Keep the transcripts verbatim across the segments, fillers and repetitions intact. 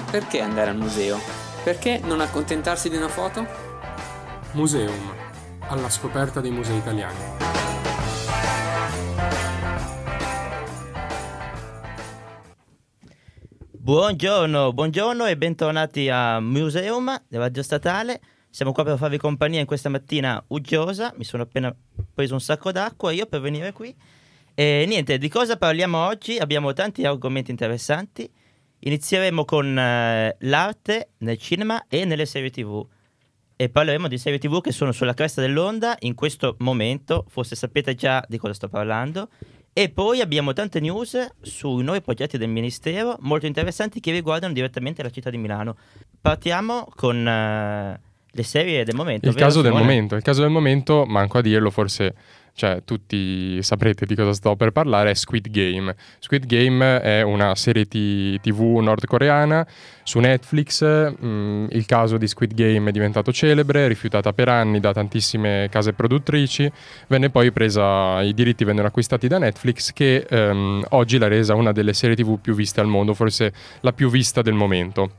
Perché andare al museo? Perché non accontentarsi di una foto? Museum, alla scoperta dei musei italiani. Buongiorno, buongiorno e bentornati a Museum della Radio Statale. Siamo qua per farvi compagnia in questa mattina uggiosa. Mi sono appena preso un sacco d'acqua io per venire qui. E niente, di cosa parliamo oggi? Abbiamo tanti argomenti interessanti. Inizieremo con uh, l'arte nel cinema e nelle serie tv. E parleremo di serie tv che sono sulla cresta dell'onda in questo momento. Forse sapete già di cosa sto parlando. E poi abbiamo tante news sui nuovi progetti del Ministero, molto interessanti, che riguardano direttamente la città di Milano. Partiamo con uh, le serie del momento. Il vero, caso del Simone? momento, il caso del momento, manco a dirlo, forse, cioè tutti saprete di cosa sto per parlare, è Squid Game. Squid Game è una serie t- tv nordcoreana su Netflix. Mm, il caso di Squid Game è diventato celebre, rifiutata per anni da tantissime case produttrici, venne poi presa, i diritti vennero acquistati da Netflix, che ehm, oggi l'ha resa una delle serie tv più viste al mondo, forse la più vista del momento.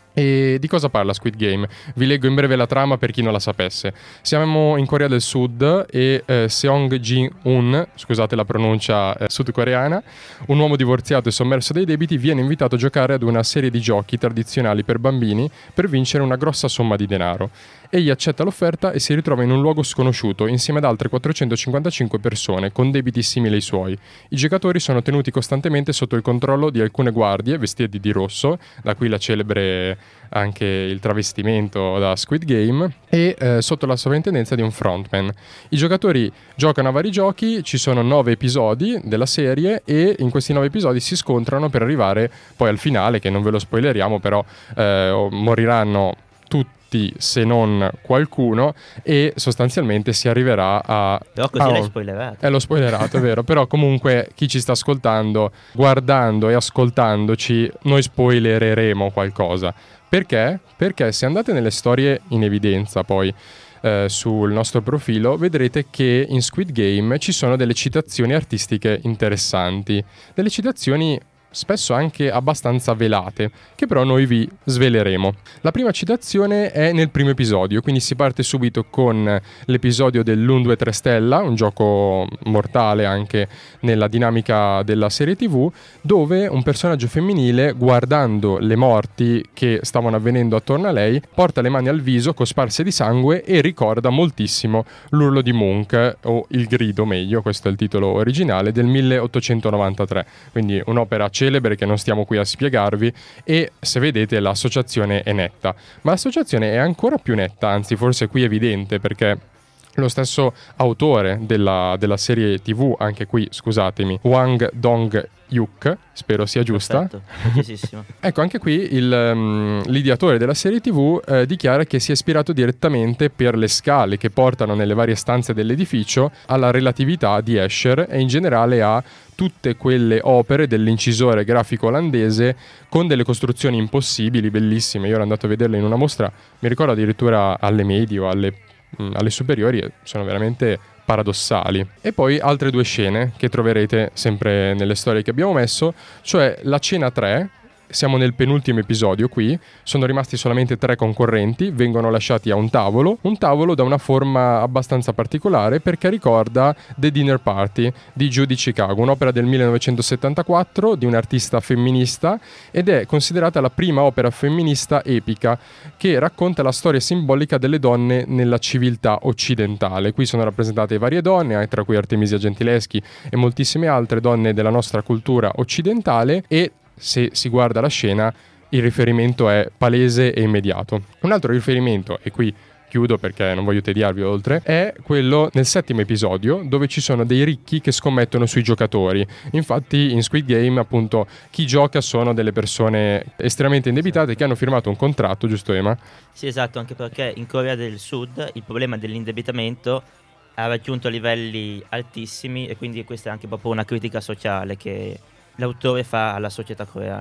E di cosa parla Squid Game? Vi leggo in breve la trama per chi non la sapesse. Siamo in Corea del Sud e eh, Seong Ji-un, scusate la pronuncia eh, sudcoreana, un uomo divorziato e sommerso dai debiti, viene invitato a giocare ad una serie di giochi tradizionali per bambini per vincere una grossa somma di denaro. Egli accetta l'offerta e si ritrova in un luogo sconosciuto insieme ad altre quattrocentocinquantacinque persone con debiti simili ai suoi. I giocatori sono tenuti costantemente sotto il controllo di alcune guardie vestite di rosso, da qui la celebre anche il travestimento da Squid Game, e eh, sotto la sovrintendenza di un frontman. I giocatori giocano a vari giochi, ci sono nove episodi della serie e in questi nove episodi si scontrano per arrivare poi al finale, che non ve lo spoileriamo, però eh, moriranno tutti se non qualcuno, e sostanzialmente si arriverà a... Però così a... l'hai spoilerato. Eh, l'ho spoilerato, è vero, però comunque chi ci sta ascoltando, guardando e ascoltandoci, noi spoilereremo qualcosa. Perché? Perché se andate nelle storie in evidenza poi eh, sul nostro profilo, vedrete che in Squid Game ci sono delle citazioni artistiche interessanti, delle citazioni spesso anche abbastanza velate, che però noi vi sveleremo. La prima citazione è nel primo episodio, quindi si parte subito con l'episodio dell'uno due tre stella, un gioco mortale anche nella dinamica della serie tv, dove un personaggio femminile, guardando le morti che stavano avvenendo attorno a lei, porta le mani al viso cosparse di sangue e ricorda moltissimo l'urlo di Munch, o il grido meglio, questo è il titolo originale, del milleottocentonovantatré, quindi un'opera celebre che non stiamo qui a spiegarvi, e se vedete l'associazione è netta, ma l'associazione è ancora più netta, anzi forse qui è evidente, perché lo stesso autore della, della serie tv, anche qui scusatemi, Hwang Dong-hyuk, spero sia giusta. Perfetto, ecco, anche qui il, um, l'ideatore della serie tv eh, dichiara che si è ispirato direttamente per le scale che portano nelle varie stanze dell'edificio alla relatività di Escher e in generale a tutte quelle opere dell'incisore grafico olandese con delle costruzioni impossibili, bellissime. Io ero andato a vederle in una mostra, mi ricordo addirittura alle medie o alle alle superiori, sono veramente paradossali. E poi altre due scene che troverete sempre nelle storie che abbiamo messo, cioè la cena tre. Siamo nel penultimo episodio qui, sono rimasti solamente tre concorrenti, vengono lasciati a un tavolo, un tavolo da una forma abbastanza particolare perché ricorda The Dinner Party di Judy Chicago, un'opera del millenovecentosettantaquattro di un'artista femminista, ed è considerata la prima opera femminista epica che racconta la storia simbolica delle donne nella civiltà occidentale. Qui sono rappresentate varie donne, tra cui Artemisia Gentileschi e moltissime altre donne della nostra cultura occidentale, e se si guarda la scena il riferimento è palese e immediato. Un altro riferimento, e qui chiudo perché non voglio tediarvi oltre, è quello nel settimo episodio dove ci sono dei ricchi che scommettono sui giocatori. Infatti in Squid Game appunto chi gioca sono delle persone estremamente indebitate che hanno firmato un contratto, giusto Ema? Sì, esatto, anche perché in Corea del Sud il problema dell'indebitamento ha raggiunto livelli altissimi, e quindi questa è anche proprio una critica sociale che l'autore fa alla società coreana.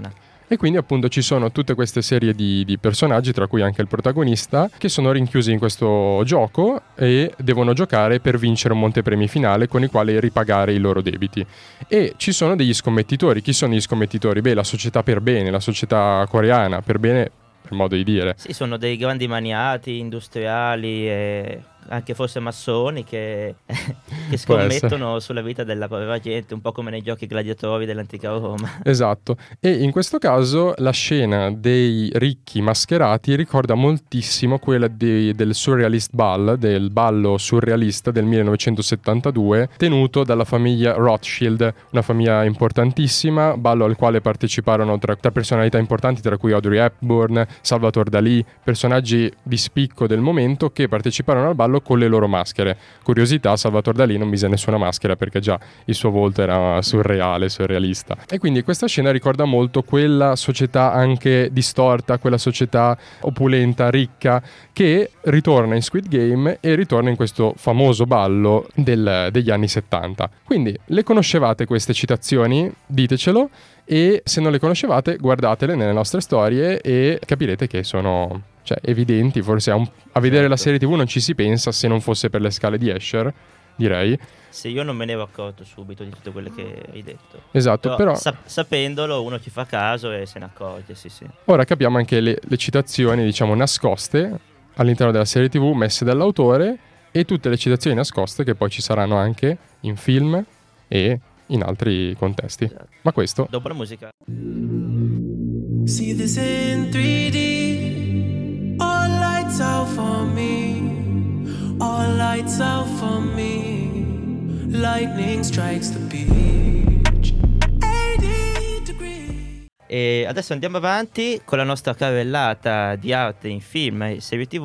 E quindi appunto ci sono tutte queste serie di, di personaggi, tra cui anche il protagonista, che sono rinchiusi in questo gioco e devono giocare per vincere un montepremi finale con i quali ripagare i loro debiti. E ci sono degli scommettitori. Chi sono gli scommettitori? Beh, la società per bene, la società coreana per bene, per modo di dire. Sì, sono dei grandi maniati industriali e anche forse massoni che, che scommettono sulla vita della povera gente, un po' come nei giochi gladiatori dell'antica Roma. Esatto, e in questo caso la scena dei ricchi mascherati ricorda moltissimo quella di, del Surrealist Ball, del ballo surrealista del millenovecentosettantadue, tenuto dalla famiglia Rothschild, una famiglia importantissima, ballo al quale parteciparono tra, tra personalità importanti, tra cui Audrey Hepburn, Salvador Dalì, personaggi di spicco del momento che parteciparono al ballo con le loro maschere. Curiosità, Salvador Dalì non mise nessuna maschera perché già il suo volto era surreale, surrealista. E quindi questa scena ricorda molto quella società anche distorta, quella società opulenta, ricca, che ritorna in Squid Game e ritorna in questo famoso ballo del, degli anni settanta. Quindi le conoscevate queste citazioni? Ditecelo. E se non le conoscevate, guardatele nelle nostre storie e capirete che sono, cioè, evidenti. Forse a, un, a vedere la serie tivù non ci si pensa se non fosse per le scale di Escher, direi. Sì, io non me ne ero accorto subito di tutte quelle che hai detto. Esatto, però, però sap- sapendolo uno ci fa caso e se ne accorge, sì sì. Ora capiamo anche le, le citazioni, diciamo, nascoste all'interno della serie tivù, messe dall'autore, e tutte le citazioni nascoste che poi ci saranno anche in film e in altri contesti. Esatto. Ma questo dopo la musica. See this in three D. All lights out for me. All lights out for me. Lightning strikes the beach. eighty degrees. E adesso andiamo avanti con la nostra carrellata di arte in film e serie tivù.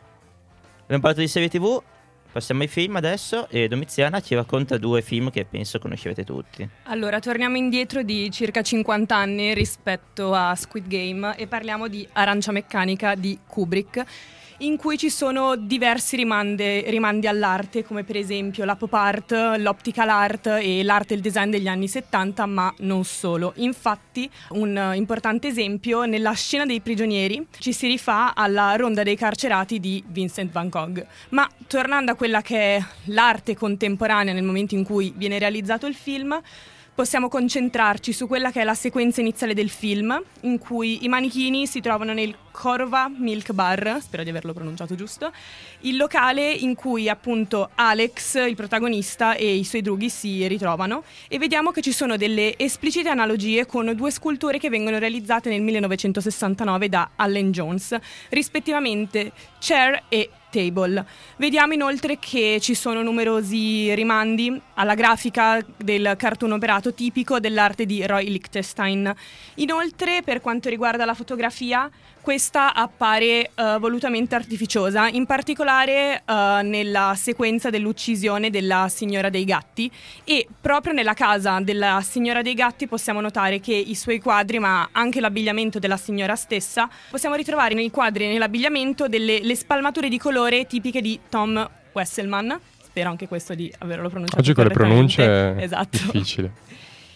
Abbiamo parlato di serie tivù. Passiamo ai film adesso e Domiziana ci racconta due film che penso conoscerete tutti. Allora, torniamo indietro di circa cinquanta anni rispetto a Squid Game e parliamo di Arancia Meccanica di Kubrick, in cui ci sono diversi rimande, rimandi all'arte, come per esempio la pop art, l'optical art e l'arte e il design degli anni settanta, ma non solo. Infatti, un importante esempio, nella scena dei prigionieri ci si rifà alla Ronda dei carcerati di Vincent van Gogh. Ma tornando a quella che è l'arte contemporanea nel momento in cui viene realizzato il film, possiamo concentrarci su quella che è la sequenza iniziale del film, in cui i manichini si trovano nel Korova Milk Bar, spero di averlo pronunciato giusto, il locale in cui appunto Alex, il protagonista, e i suoi drughi si ritrovano, e vediamo che ci sono delle esplicite analogie con due sculture che vengono realizzate nel millenovecentosessantanove da Allen Jones, rispettivamente Chair e Table. Vediamo inoltre che ci sono numerosi rimandi alla grafica del cartoon operato tipico dell'arte di Roy Lichtenstein. Inoltre, per quanto riguarda la fotografia, questa appare uh, volutamente artificiosa, in particolare uh, nella sequenza dell'uccisione della Signora dei Gatti, e proprio nella casa della Signora dei Gatti possiamo notare che i suoi quadri, ma anche l'abbigliamento della signora stessa, possiamo ritrovare nei quadri e nell'abbigliamento delle le spalmature di colore tipiche di Tom Wesselman. Spero anche questo di averlo pronunciato oggi con le pronunce è esatto. difficile.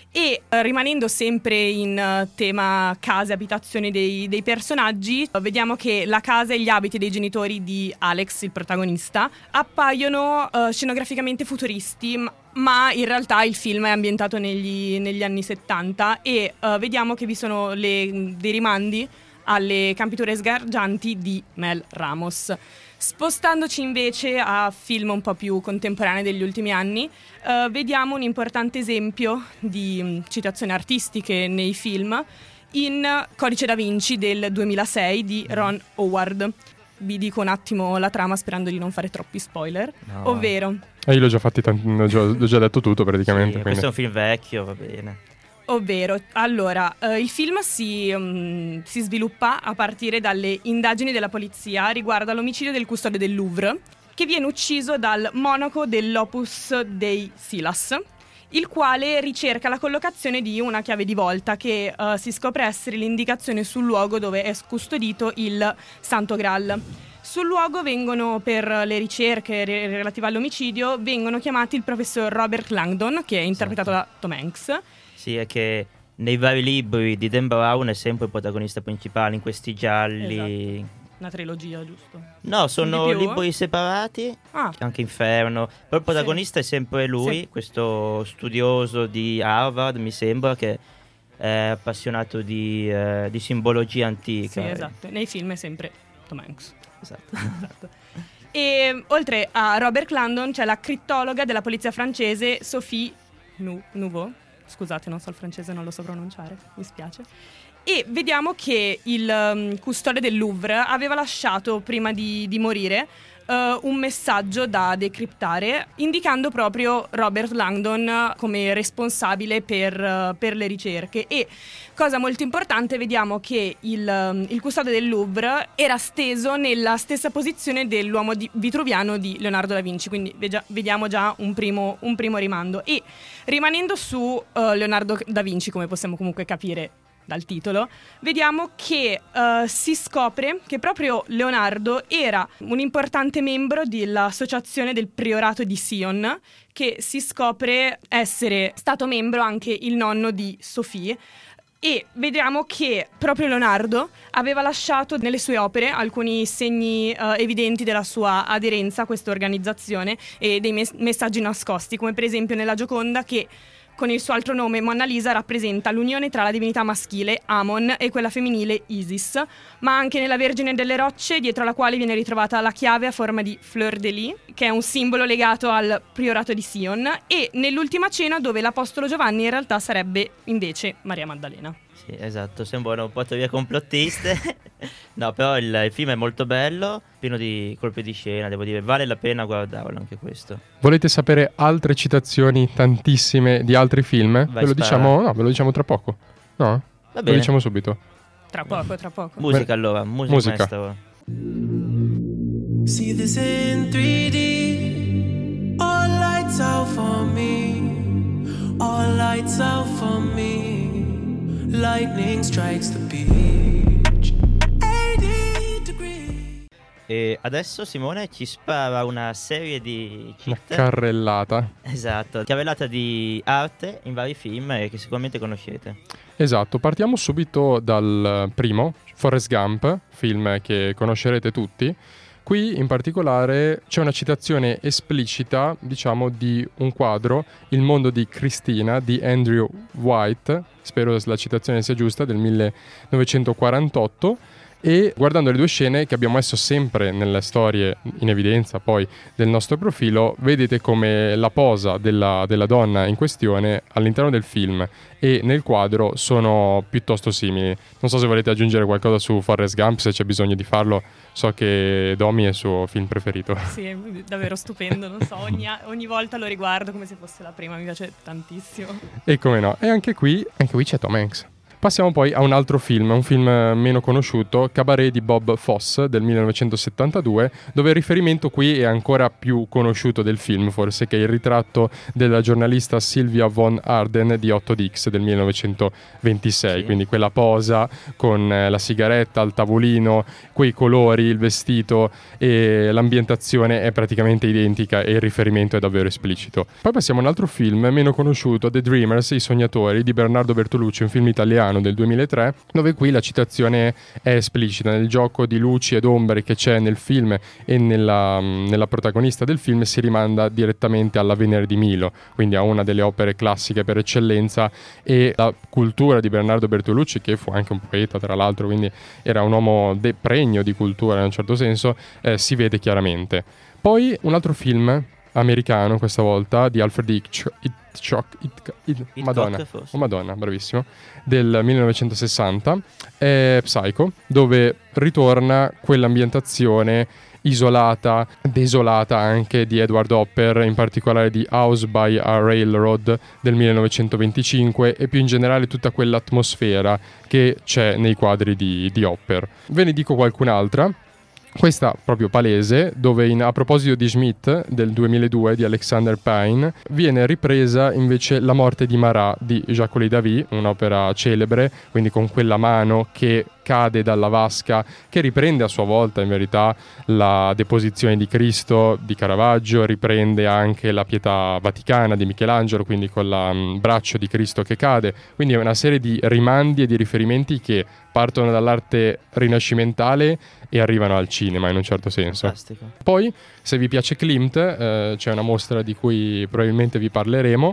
E uh, rimanendo sempre in uh, tema case e abitazioni dei, dei personaggi, uh, vediamo che la casa e gli abiti dei genitori di Alex, il protagonista, appaiono uh, scenograficamente futuristi, m- ma in realtà il film è ambientato negli, negli anni settanta e uh, vediamo che vi sono le, dei rimandi alle campiture sgargianti di Mel Ramos. Spostandoci invece a film un po' più contemporanei degli ultimi anni, eh, vediamo un importante esempio di mh, citazioni artistiche nei film in Codice da Vinci del duemilasei di Ron Howard. Vi dico un attimo la trama sperando di non fare troppi spoiler, No. ovvero... E io l'ho già, fatti tanti, l'ho già, l'ho già detto tutto praticamente. Sì, quindi. questo è un film vecchio, va bene. Ovvero, allora, eh, il film si, um, si sviluppa a partire dalle indagini della polizia riguardo all'omicidio del custode del Louvre, che viene ucciso dal monaco dell'Opus Dei Silas, il quale ricerca la collocazione di una chiave di volta che uh, si scopre essere l'indicazione sul luogo dove è custodito il Santo Graal. Sul luogo vengono, per le ricerche re- relative all'omicidio, vengono chiamati il professor Robert Langdon, che è interpretato da Tom Hanks. Sì, è che nei vari libri di Dan Brown è sempre il protagonista principale in questi gialli. Esatto. Una trilogia, giusto? No, sono Di più? libri separati, Ah, anche Inferno. Però il protagonista è sempre lui, Sì. questo studioso di Harvard, mi sembra, che è appassionato di, eh, di simbologia antica. sì, esatto. Nei film è sempre Tom Hanks. Esatto. Esatto. E oltre a Robert Landon c'è la crittologa della polizia francese Sophie Nu- Nouveau. Scusate, non so il francese, non lo so pronunciare, mi spiace. E vediamo che il um, custode del Louvre aveva lasciato prima di, di morire uh, un messaggio da decriptare, indicando proprio Robert Langdon come responsabile per, uh, per le ricerche. E cosa molto importante, vediamo che il, um, il custode del Louvre era steso nella stessa posizione dell'uomo di, vitruviano di Leonardo da Vinci, quindi vegia, vediamo già un primo, un primo rimando. E rimanendo su uh, Leonardo da Vinci, come possiamo comunque capire dal titolo, vediamo che uh, si scopre che proprio Leonardo era un importante membro dell'associazione del priorato di Sion, che si scopre essere stato membro anche il nonno di Sophie. E vediamo che proprio Leonardo aveva lasciato nelle sue opere alcuni segni uh, evidenti della sua aderenza a questa organizzazione e dei mes- messaggi nascosti, come per esempio nella Gioconda, che con il suo altro nome Monna Lisa rappresenta l'unione tra la divinità maschile Amon e quella femminile Isis, ma anche nella Vergine delle Rocce, dietro alla quale viene ritrovata la chiave a forma di fleur de lis, che è un simbolo legato al priorato di Sion, e nell'Ultima Cena, dove l'Apostolo Giovanni in realtà sarebbe invece Maria Maddalena. Sì, esatto, sembrano un po' teorie complottiste. No, però il, il film è molto bello, pieno di colpi di scena, devo dire, vale la pena guardarlo anche questo. Volete sapere altre citazioni, tantissime, di altri film? Vai, ve lo spara. diciamo, no, ve lo diciamo tra poco. No? Va Ve lo bene, diciamo subito. Tra poco, tra poco. musica allora, musica, Musica. maestro. See this in three D. All lights out for me. All lights out for me. Lightning strikes the beach. eighty degrees. E adesso Simone ci spara una serie di Una cheat. carrellata. Esatto, chiavellata di arte in vari film eh, che sicuramente conoscete. Esatto, partiamo subito dal primo, Forrest Gump, film che conoscerete tutti. Qui in particolare c'è una citazione esplicita, diciamo, di un quadro, Il mondo di Cristina, di Andrew White, spero la citazione sia giusta, del millenovecentoquarantotto. E guardando le due scene che abbiamo messo sempre nelle storie in evidenza poi del nostro profilo, vedete come la posa della, della donna in questione all'interno del film e nel quadro sono piuttosto simili. Non so se volete aggiungere qualcosa su Forrest Gump, se c'è bisogno di farlo. So che Domi è il suo film preferito. Sì, è davvero stupendo, non so, ogni, ogni volta lo riguardo come se fosse la prima, mi piace tantissimo. E come no, e anche qui, anche qui c'è Tom Hanks. Passiamo poi a un altro film, un film meno conosciuto, Cabaret di Bob Fosse del millenovecentosettantadue, dove il riferimento qui è ancora più conosciuto del film, forse, che è il ritratto della giornalista Sylvia von Arden di Otto Dix del millenovecentoventisei, Sì. quindi quella posa con eh, la sigaretta al tavolino, quei colori, il vestito e l'ambientazione è praticamente identica e il riferimento è davvero esplicito. Poi passiamo a un altro film meno conosciuto, The Dreamers, I Sognatori di Bernardo Bertolucci, un film italiano del duemilatré, dove qui la citazione è esplicita. Nel gioco di luci ed ombre che c'è nel film e nella, nella protagonista del film si rimanda direttamente alla Venere di Milo, quindi a una delle opere classiche per eccellenza, e la cultura di Bernardo Bertolucci, che fu anche un poeta tra l'altro, quindi era un uomo de- pregno di cultura in un certo senso, eh, si vede chiaramente. Poi un altro film americano, questa volta, di Alfred Hitchcock, Hitchcock, Hitchcock, Hitchcock Madonna, forse. oh Madonna, bravissimo, del millenovecentosessanta, è Psycho, dove ritorna quell'ambientazione isolata, desolata anche di Edward Hopper, in particolare di House by a Railroad del millenovecentoventicinque, e più in generale tutta quell'atmosfera che c'è nei quadri di, di Hopper. Ve ne dico qualcun'altra. Questa proprio palese, dove in, a proposito di Schmidt del duemiladue di Alexander Payne, viene ripresa invece La morte di Marat di Jacques David, un'opera celebre, quindi con quella mano che cade dalla vasca, che riprende a sua volta in verità la deposizione di Cristo di Caravaggio, riprende anche la Pietà Vaticana di Michelangelo, quindi con il braccio di Cristo che cade, quindi è una serie di rimandi e di riferimenti che partono dall'arte rinascimentale e arrivano al cinema in un certo senso. Fantastico. Poi, se vi piace Klimt, eh, c'è una mostra di cui probabilmente vi parleremo,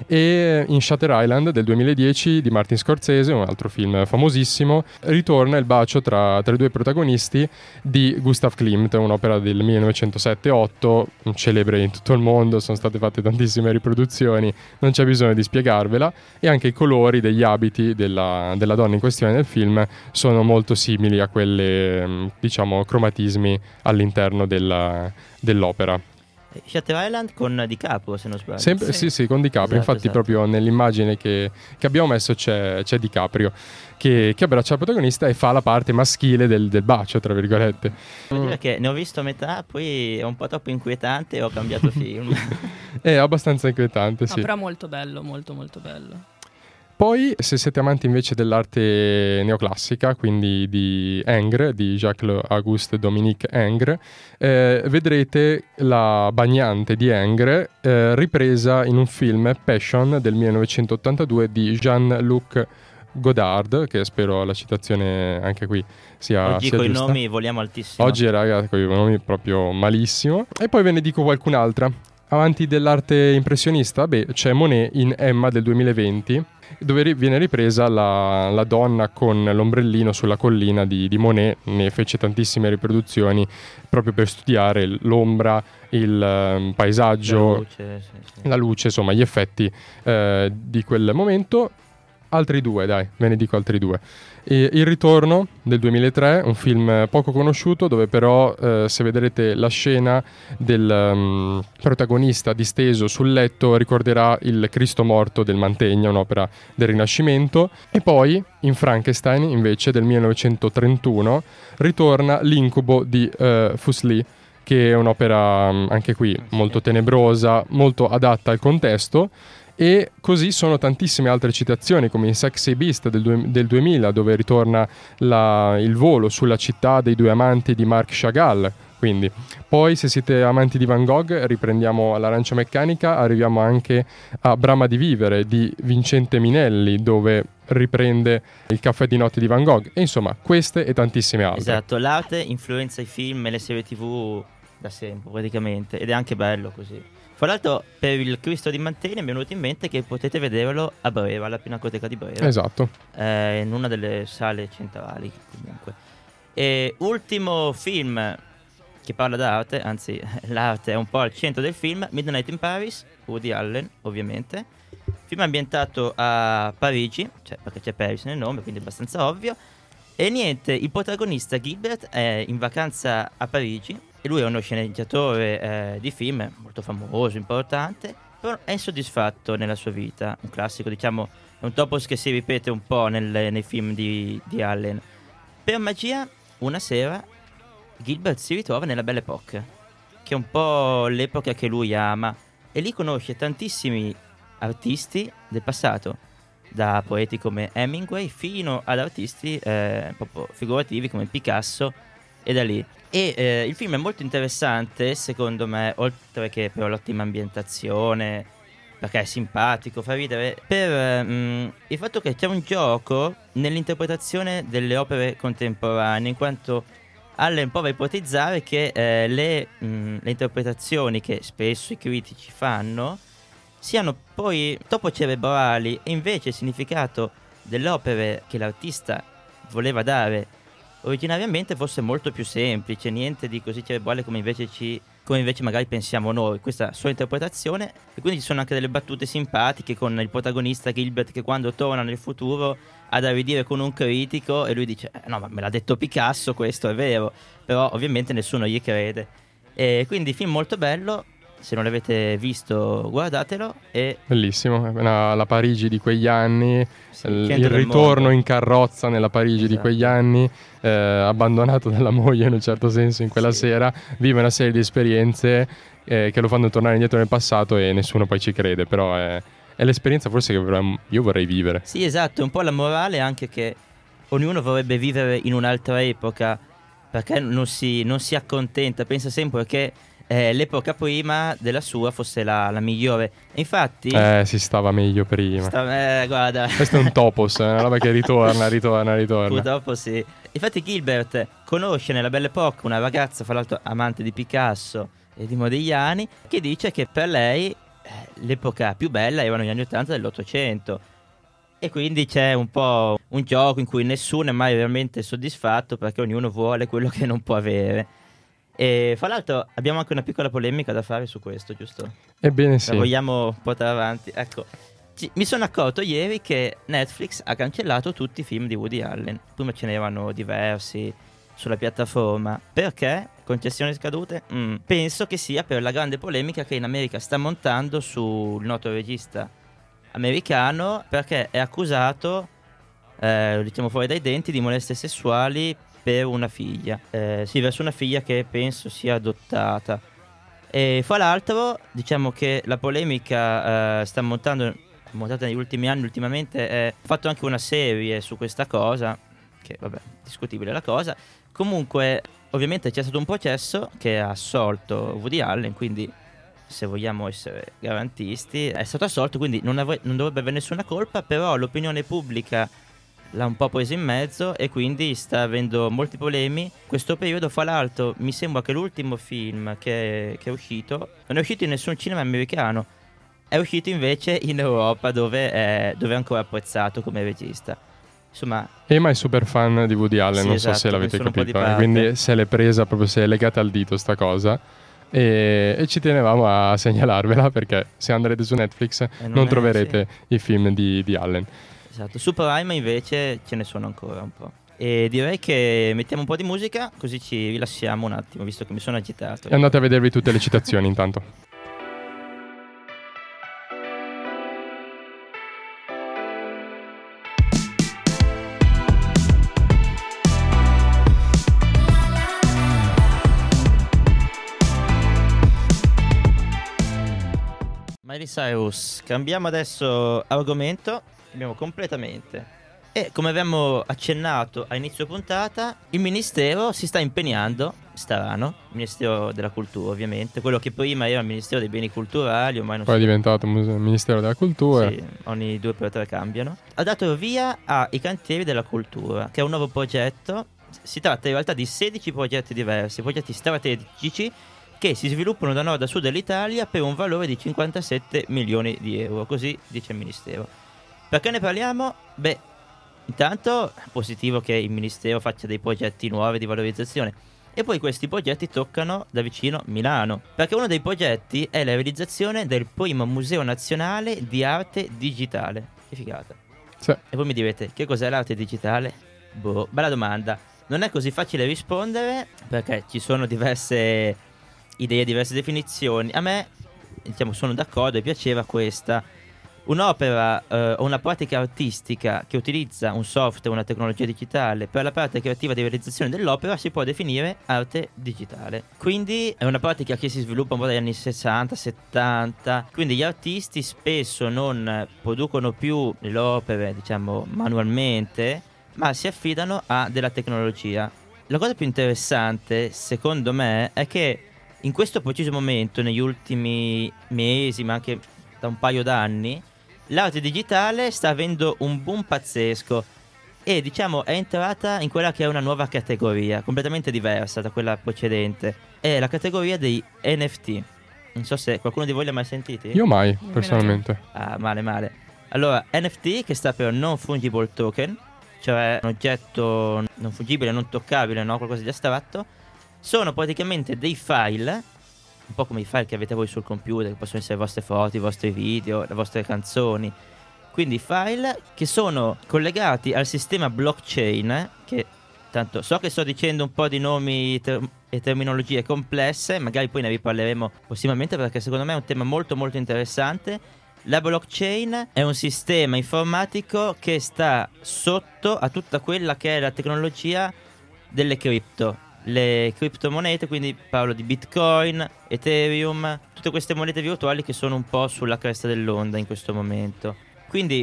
e in Shutter Island del duemiladieci di Martin Scorsese, un altro film famosissimo, ritorna il bacio tra, tra i due protagonisti di Gustav Klimt, un'opera del millenovecentosette otto, celebre in tutto il mondo, sono state fatte tantissime riproduzioni, non c'è bisogno di spiegarvela, e anche i colori degli abiti della, della donna in questione nel film sono molto simili a quelle, diciamo, cromatismi all'interno della, dell'opera. Shutter Island con DiCaprio, se non sbaglio. Sempre, sì. sì, sì, con DiCaprio. Esatto, Infatti, esatto. proprio nell'immagine che, che abbiamo messo c'è, c'è DiCaprio che, che abbraccia il protagonista e fa la parte maschile del, del bacio, tra virgolette. Devo dire che ne ho visto a metà, poi è un po' troppo inquietante e ho cambiato film. È abbastanza inquietante, No, sì. però molto bello, molto molto bello. Poi, se siete amanti invece dell'arte neoclassica, quindi di Ingres, di Jacques-Auguste Dominique Ingres, eh, vedrete la Bagnante di Ingres eh, ripresa in un film, Passion, del millenovecentottantadue di Jean-Luc Godard, che spero la citazione anche qui sia, Oggi sia con i giusta. nomi voliamo altissimo. Oggi, raga, con i nomi proprio malissimo. E poi ve ne dico qualcun'altra. Avanti dell'arte impressionista, beh, c'è Monet in Emma del duemilaventi, dove ri- viene ripresa la, la donna con l'ombrellino sulla collina di, di Monet. Ne fece tantissime riproduzioni proprio per studiare l'ombra, il um, paesaggio, La luce, sì, sì. la luce, insomma gli effetti eh, di quel momento. Altri due, dai, ve ne dico altri due. E Il Ritorno del duemilatré, un film poco conosciuto, dove però eh, se vedrete la scena del um, protagonista disteso sul letto ricorderà il Cristo morto del Mantegna, un'opera del Rinascimento. E poi in Frankenstein invece del millenovecentotrentuno ritorna L'incubo di uh, Fuseli, che è un'opera um, anche qui molto tenebrosa, molto adatta al contesto. E così sono tantissime altre citazioni, come in Sexy Beast del, du- del duemila, dove ritorna la- il volo sulla città dei due amanti di Marc Chagall. Quindi, poi se siete amanti di Van Gogh, riprendiamo all'Arancia Meccanica, arriviamo anche a Brama di vivere di Vincente Minelli, dove riprende il Caffè di notte di Van Gogh. E insomma, queste e tantissime altre. Esatto, l'arte influenza i film e le serie tv da sempre praticamente, ed è anche bello così. Fra l'altro, per il Cristo di Mantegna mi è venuto in mente che potete vederlo a Brera, alla Pinacoteca di Brera. Esatto. eh, in una delle sale centrali comunque. E ultimo film che parla d'arte, anzi l'arte è un po' al centro del film, Midnight in Paris, Woody Allen ovviamente, film ambientato a Parigi, cioè perché c'è Paris nel nome, quindi è abbastanza ovvio. E niente, il protagonista Gilbert è in vacanza a Parigi e lui è uno sceneggiatore eh, di film molto famoso, importante, però è insoddisfatto nella sua vita, un classico, diciamo, è un topos che si ripete un po' nel, nei film di, di Allen. Per magia, una sera, Gilbert si ritrova nella Belle Époque, che è un po' l'epoca che lui ama, e lì conosce tantissimi artisti del passato, da poeti come Hemingway fino ad artisti eh, proprio figurativi come Picasso, e da lì. E eh, il film è molto interessante, secondo me, oltre che per l'ottima ambientazione, perché è simpatico, fa ridere, per mh, il fatto che c'è un gioco nell'interpretazione delle opere contemporanee, in quanto Allen prova a ipotizzare che eh, le, mh, le interpretazioni che spesso i critici fanno siano poi troppo cerebrali, e invece il significato delle opere che l'artista voleva dare originariamente fosse molto più semplice, niente di così cerebrale come invece ci come invece magari pensiamo noi, questa sua interpretazione. E quindi ci sono anche delle battute simpatiche con il protagonista Gilbert che quando torna nel futuro ha da ridire con un critico e lui dice eh, no, ma me l'ha detto Picasso, questo è vero, però ovviamente nessuno gli crede. E quindi film molto bello, se non l'avete visto guardatelo. E Bellissimo, è una- la Parigi di quegli anni, sì, il, centro il del ritorno mondo. in carrozza nella Parigi di Esatto. quegli anni, eh, abbandonato dalla moglie in un certo senso in quella Sì. sera, vive una serie di esperienze eh, che lo fanno tornare indietro nel passato e nessuno poi ci crede, però è, è l'esperienza forse che vorrei- io vorrei vivere. Sì, esatto, è un po' la morale anche che ognuno vorrebbe vivere in un'altra epoca, perché non si, non si accontenta, pensa sempre che eh, l'epoca prima della sua fosse la, la migliore. E infatti Eh, si stava meglio prima. sta- eh, guarda, Questo è un topos, è una roba che ritorna, ritorna, ritorna. purtroppo sì. Infatti Gilbert conosce nella Belle Époque una ragazza, fra l'altro amante di Picasso e di Modigliani, che dice che per lei eh, l'epoca più bella erano gli anni ottanta dell'Ottocento. E quindi c'è un po' un gioco in cui nessuno è mai realmente soddisfatto, perché ognuno vuole quello che non può avere. E fra l'altro abbiamo anche una piccola polemica da fare su questo, giusto? Ebbene La sì. vogliamo portare avanti? Ecco, ci- mi sono accorto ieri che Netflix ha cancellato tutti i film di Woody Allen. Prima ce n'erano diversi sulla piattaforma. Perché? Concessioni scadute? Mm, Penso che sia per la grande polemica che in America sta montando sul noto regista americano, perché è accusato, eh, diciamo fuori dai denti, di molestie sessuali per una figlia. Eh, sì, verso una figlia che penso sia adottata. E fra l'altro, diciamo che la polemica eh, sta montando, montata negli ultimi anni, ultimamente è fatto anche una serie su questa cosa, che vabbè, discutibile la cosa. Comunque, ovviamente c'è stato un processo che ha assolto Woody Allen, quindi se vogliamo essere garantisti, è stato assolto, quindi non, avre- non dovrebbe avere nessuna colpa, però l'opinione pubblica l'ha un po' preso in mezzo e quindi sta avendo molti problemi. Questo periodo, fra l'altro, mi sembra che l'ultimo film che, che è uscito non è uscito in nessun cinema americano, è uscito invece in Europa, dove è, dove è ancora apprezzato come regista. Insomma, Emma è super fan di Woody Allen, Sì, non so esatto, se l'avete ne sono un po' di capito, eh, parte. quindi se l'è presa proprio, se è legata al dito sta cosa. E, e ci tenevamo a segnalarvela, perché se andrete su Netflix non non è- troverete i film di, di Allen. esatto, su Prime invece ce ne sono ancora un po'. E direi che mettiamo un po' di musica, così ci rilassiamo un attimo, visto che mi sono agitato. E andate a vedervi tutte le citazioni intanto. Miley Cyrus, cambiamo adesso argomento, cambiamo completamente. E come abbiamo accennato a inizio puntata, il Ministero si sta impegnando, strano, il Ministero della Cultura ovviamente, quello che prima era il Ministero dei Beni Culturali, ormai non Poi è si... diventato Muse- Ministero della Cultura. Sì, ogni due per tre cambiano. Ha dato via ai cantieri della cultura, che è un nuovo progetto. Si tratta in realtà di sedici progetti diversi, progetti strategici che si sviluppano da nord a sud dell'Italia per un valore di cinquantasette milioni di euro, così dice il Ministero. Perché ne parliamo? Beh, intanto è positivo che il Ministero faccia dei progetti nuovi di valorizzazione. E poi questi progetti toccano da vicino Milano, perché uno dei progetti è la realizzazione del primo museo nazionale di arte digitale. Che figata. Sì. E voi mi direte, che cos'è l'arte digitale? Boh, bella domanda. Non è così facile rispondere, perché ci sono diverse idee, diverse definizioni. A me, diciamo, sono d'accordo e piaceva questa. Un'opera eh, o una pratica artistica che utilizza un software, una tecnologia digitale per la parte creativa di realizzazione dell'opera si può definire arte digitale. Quindi è una pratica che si sviluppa un po' dagli anni sessanta settanta. Quindi gli artisti spesso non producono più le opere, diciamo, manualmente, ma si affidano a della tecnologia. La cosa più interessante, secondo me, è che in questo preciso momento, negli ultimi mesi, ma anche da un paio d'anni, l'arte digitale sta avendo un boom pazzesco e, diciamo, è entrata in quella che è una nuova categoria, completamente diversa da quella precedente. È la categoria dei N F T. Non so se qualcuno di voi li ha mai sentiti. Io mai, Nemmeno personalmente. Ah, male, male. Allora, N F T, che sta per Non Fungible Token, cioè un oggetto non fungibile, non toccabile, no? Qualcosa di astratto. Sono praticamente dei file, un po' come i file che avete voi sul computer, che possono essere le vostre foto, i vostri video, le vostre canzoni. Quindi file che sono collegati al sistema blockchain, che tanto so che sto dicendo un po' di nomi ter- e terminologie complesse, magari poi ne riparleremo prossimamente, perché secondo me è un tema molto molto interessante. La blockchain è un sistema informatico che sta sotto a tutta quella che è la tecnologia delle cripto. Le criptomonete, quindi parlo di Bitcoin, Ethereum, tutte queste monete virtuali che sono un po' sulla cresta dell'onda in questo momento. Quindi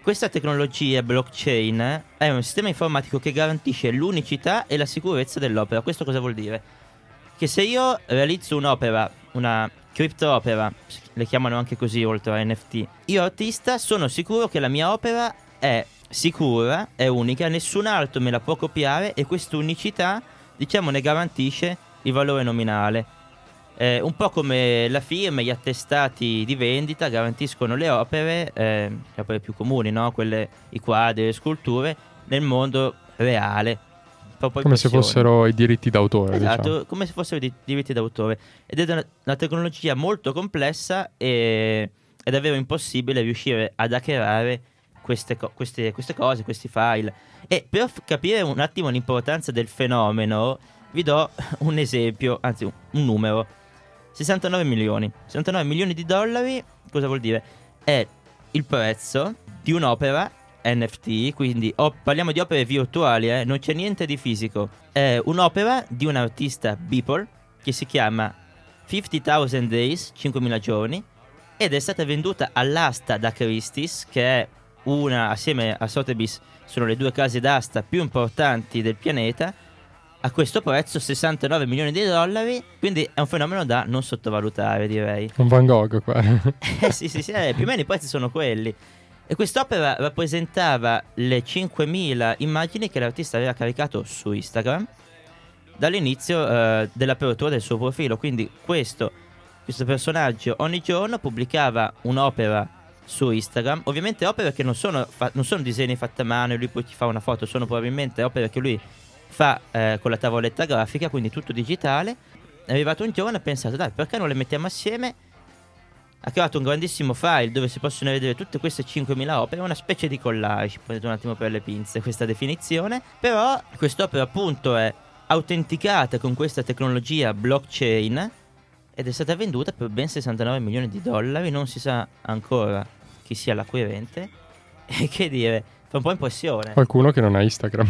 Questa tecnologia blockchain è un sistema informatico che garantisce l'unicità e la sicurezza dell'opera. Questo cosa vuol dire? Che se io realizzo un'opera, una cripto-opera, le chiamano anche così oltre a N F T, io artista sono sicuro che la mia opera è sicura, è unica, nessun altro me la può copiare e questa unicità, diciamo, ne garantisce il valore nominale. Eh, un po' come la firma, gli attestati di vendita garantiscono le opere, eh, le opere più comuni, no? Quelle, i quadri, le sculture, nel mondo reale. Proprio come se fossero i diritti d'autore. Esatto, diciamo. come se fossero i diritti d'autore. Ed è una, una tecnologia molto complessa e è davvero impossibile riuscire ad hackerare queste, co- queste, queste cose, questi file. E per f- capire un attimo l'importanza del fenomeno, vi do un esempio, anzi un, un numero. sessantanove milioni. sessantanove milioni di dollari, cosa vuol dire? È il prezzo di un'opera N F T, quindi op- parliamo di opere virtuali, eh? Non c'è niente di fisico. È un'opera di un artista Beeple che si chiama cinquemila Days, cinquemila giorni, ed è stata venduta all'asta da Christie's, che è una, assieme a Sotheby's, sono le due case d'asta più importanti del pianeta, a questo prezzo sessantanove milioni di dollari, quindi è un fenomeno da non sottovalutare, direi. Un Van Gogh qua. Eh sì, sì, sì, eh, più o meno i prezzi sono quelli. E quest'opera rappresentava le cinquemila immagini che l'artista aveva caricato su Instagram dall'inizio eh, dell'apertura del suo profilo. Quindi questo, questo personaggio ogni giorno pubblicava un'opera su Instagram. Ovviamente opere che non sono, fa- non sono disegni fatti a mano e lui poi ti fa una foto, sono probabilmente opere che lui fa eh, con la tavoletta grafica, quindi tutto digitale. È arrivato un giorno e ha pensato, dai, perché non le mettiamo assieme? Ha creato un grandissimo file dove si possono vedere tutte queste cinquemila opere, una specie di collage, prendete un attimo per le pinze questa definizione, però quest'opera appunto è autenticata con questa tecnologia blockchain ed è stata venduta per ben sessantanove milioni di dollari, non si sa ancora chi sia l'acquirente, e che dire, fa un po' impressione. Qualcuno che non ha Instagram.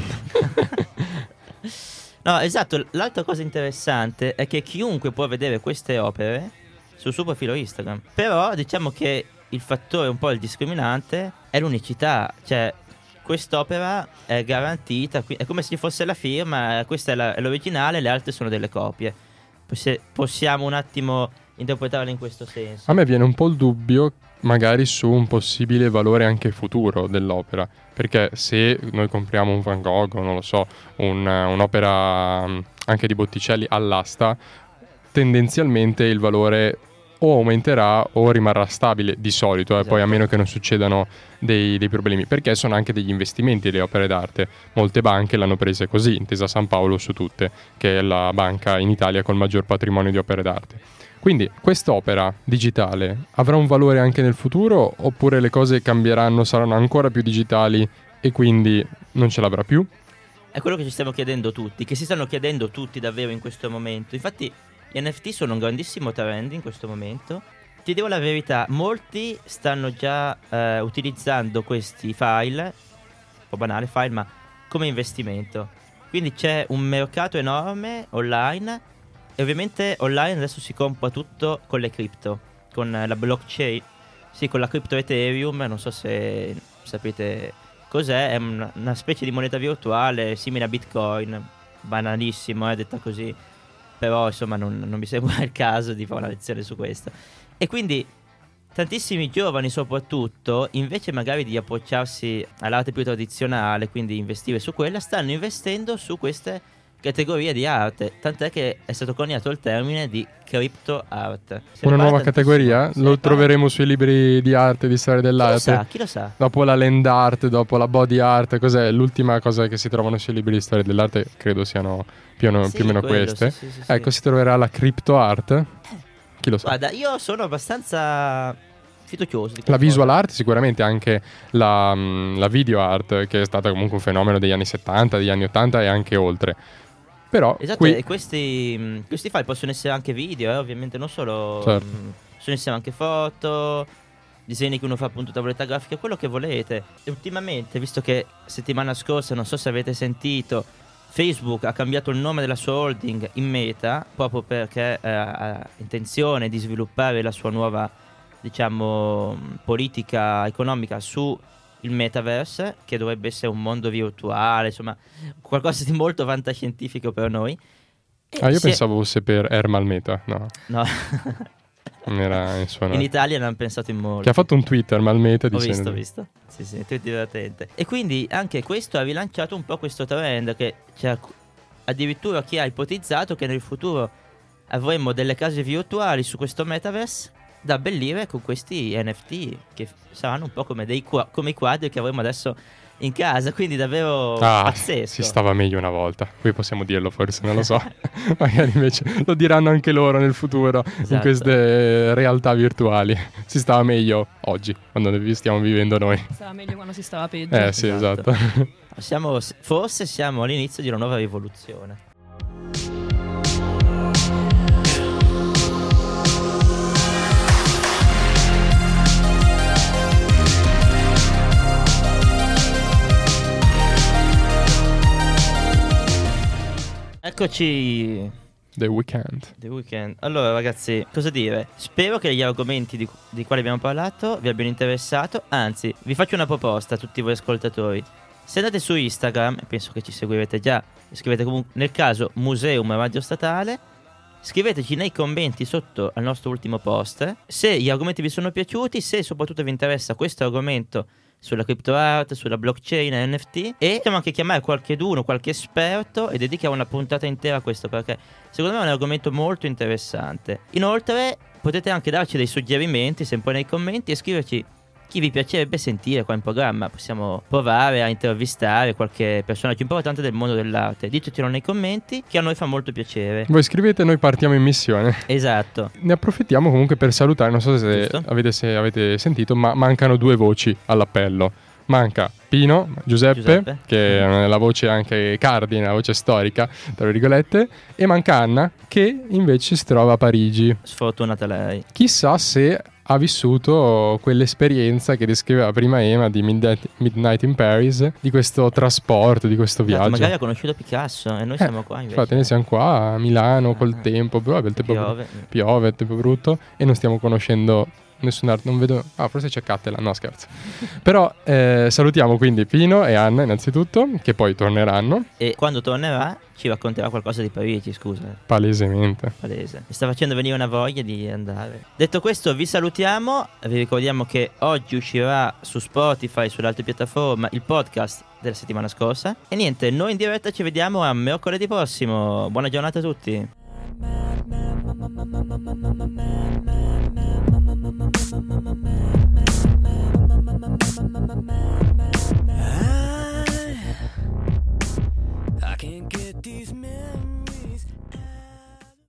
No, esatto, l'altra cosa interessante è che chiunque può vedere queste opere sul suo profilo Instagram. Però diciamo che il fattore un po' il discriminante è l'unicità, cioè quest'opera è garantita, è come se ci fosse la firma, questa è, la, è l'originale, le altre sono delle copie. Se possiamo un attimo interpretarla in questo senso. A me viene un po' il dubbio magari su un possibile valore anche futuro dell'opera, perché se noi compriamo un Van Gogh, non lo so, un, un'opera anche di Botticelli all'asta, tendenzialmente il valore o aumenterà o rimarrà stabile di solito, eh, Esatto. Poi a meno che non succedano dei, dei problemi, perché sono anche degli investimenti le opere d'arte. Molte banche l'hanno prese così, Intesa San Paolo su tutte, che è la banca in Italia col maggior patrimonio di opere d'arte. Quindi quest'opera digitale avrà un valore anche nel futuro, oppure le cose cambieranno, saranno ancora più digitali e quindi non ce l'avrà più? È quello che ci stiamo chiedendo tutti, che si stanno chiedendo tutti davvero in questo momento. Infatti gli N F T sono un grandissimo trend in questo momento. Ti dico la verità, molti stanno già eh, utilizzando questi file, un po' banale file, ma come investimento. Quindi c'è un mercato enorme online e ovviamente online adesso si compra tutto con le cripto, con la blockchain, sì, con la cripto Ethereum, non so se sapete cos'è, è una, una specie di moneta virtuale simile a Bitcoin, banalissimo, è eh, detta così. Però insomma non, non mi sembra il caso di fare una lezione su questo. E quindi tantissimi giovani soprattutto, invece magari di approcciarsi all'arte più tradizionale, quindi investire su quella, stanno investendo su queste categorie di arte. Tant'è che è stato coniato il termine di crypto art. Se Una ne nuova parla categoria? tantissimo. Lo Se ne parla- troveremo sui libri di arte, di storia Chi lo dell'arte? sa, chi lo sa. Dopo la land art, dopo la body art, cos'è l'ultima cosa che si trovano sui libri di storia dell'arte? Credo siano più o, no- Sì, più o meno quello, queste. sì, sì, sì, sì. Ecco, si troverà la crypto art. Chi lo sa? Guarda, io sono abbastanza fiducioso di La questa visual cosa. art, sicuramente anche la, mh, la video art, che è stata comunque un fenomeno degli anni settanta, degli anni ottanta e anche oltre. Però Esatto, qui e questi, mh, questi file possono essere anche video, eh, ovviamente non solo, Certo. mh, possono essere anche foto, disegni che uno fa appunto tavoletta grafica, quello che volete. E ultimamente, visto che settimana scorsa, non so se avete sentito, Facebook ha cambiato il nome della sua holding in Meta, proprio perché eh, ha intenzione di sviluppare la sua nuova, diciamo, mh, politica economica su il metaverse, che dovrebbe essere un mondo virtuale, insomma, qualcosa di molto fantascientifico per noi. E Ah, io si è- pensavo fosse per Ermal Meta, no, No. non era il suo In nome. Italia ne hanno pensato in molti. Che ha fatto un tweet Ermal Meta Ho dicendo... visto, ho visto. Sì, sì, tutto divertente. E quindi anche questo ha rilanciato un po' questo trend, che c'è addirittura chi ha ipotizzato che nel futuro avremmo delle case virtuali su questo metaverse da abbellire con questi N F T, che saranno un po' come, dei qua- come i quadri che avremo adesso in casa, quindi davvero Ah, pazzesco. si stava meglio una volta. Qui possiamo dirlo forse, non lo so. Magari invece lo diranno anche loro nel futuro, in Esatto. queste realtà virtuali. Si stava meglio oggi, quando vi stiamo vivendo noi. Sarà meglio quando si stava peggio. Eh sì, Esatto. esatto. Siamo, forse siamo all'inizio di una nuova rivoluzione. Eccoci, The Weeknd. The Weeknd. Allora ragazzi, cosa dire? Spero che gli argomenti di, di quali abbiamo parlato vi abbiano interessato. Anzi, vi faccio una proposta a tutti voi ascoltatori. Se andate su Instagram, e penso che ci seguirete già, scrivete comunque nel caso Museum Radio Statale, scriveteci nei commenti sotto al nostro ultimo post se gli argomenti vi sono piaciuti, se soprattutto vi interessa questo argomento sulla crypto art, sulla blockchain e N F T, e possiamo anche chiamare qualcheduno, qualche esperto e dedicare una puntata intera a questo, perché secondo me è un argomento molto interessante. Inoltre potete anche darci dei suggerimenti sempre nei commenti e scriverci chi vi piacerebbe sentire qua in programma. Possiamo provare a intervistare qualche personaggio importante del mondo dell'arte. Ditecelo nei commenti, che a noi fa molto piacere. Voi scrivete e noi partiamo in missione. Esatto. Ne approfittiamo comunque per salutare, non so se Giusto. avete, se avete sentito, ma mancano due voci all'appello. Manca Pino, Giuseppe, Giuseppe. che è la voce anche cardine, la voce storica, tra virgolette, e manca Anna, che invece si trova a Parigi. Sfortunata lei. Chissà se ha vissuto quell'esperienza che descriveva prima Ema di Midnight, Midnight in Paris, di questo trasporto, di questo Esatto, viaggio. magari ha conosciuto Picasso e noi Eh, siamo qua invece. Infatti noi siamo qua a Milano col Ah. tempo, però il tempo Piove. piove, il tempo brutto e non stiamo conoscendo nessun arte, non vedo, ah forse c'è Cattela, no scherzo. Però eh, salutiamo quindi Pino e Anna innanzitutto, che poi torneranno E quando tornerà ci racconterà qualcosa di Parigi, scusa. palesemente. Palese. Mi sta facendo venire una voglia di andare. Detto questo, vi salutiamo. Vi ricordiamo che oggi uscirà su Spotify e sulle altre piattaforme il podcast della settimana scorsa. E niente, noi in diretta ci vediamo a mercoledì prossimo. Buona giornata a tutti.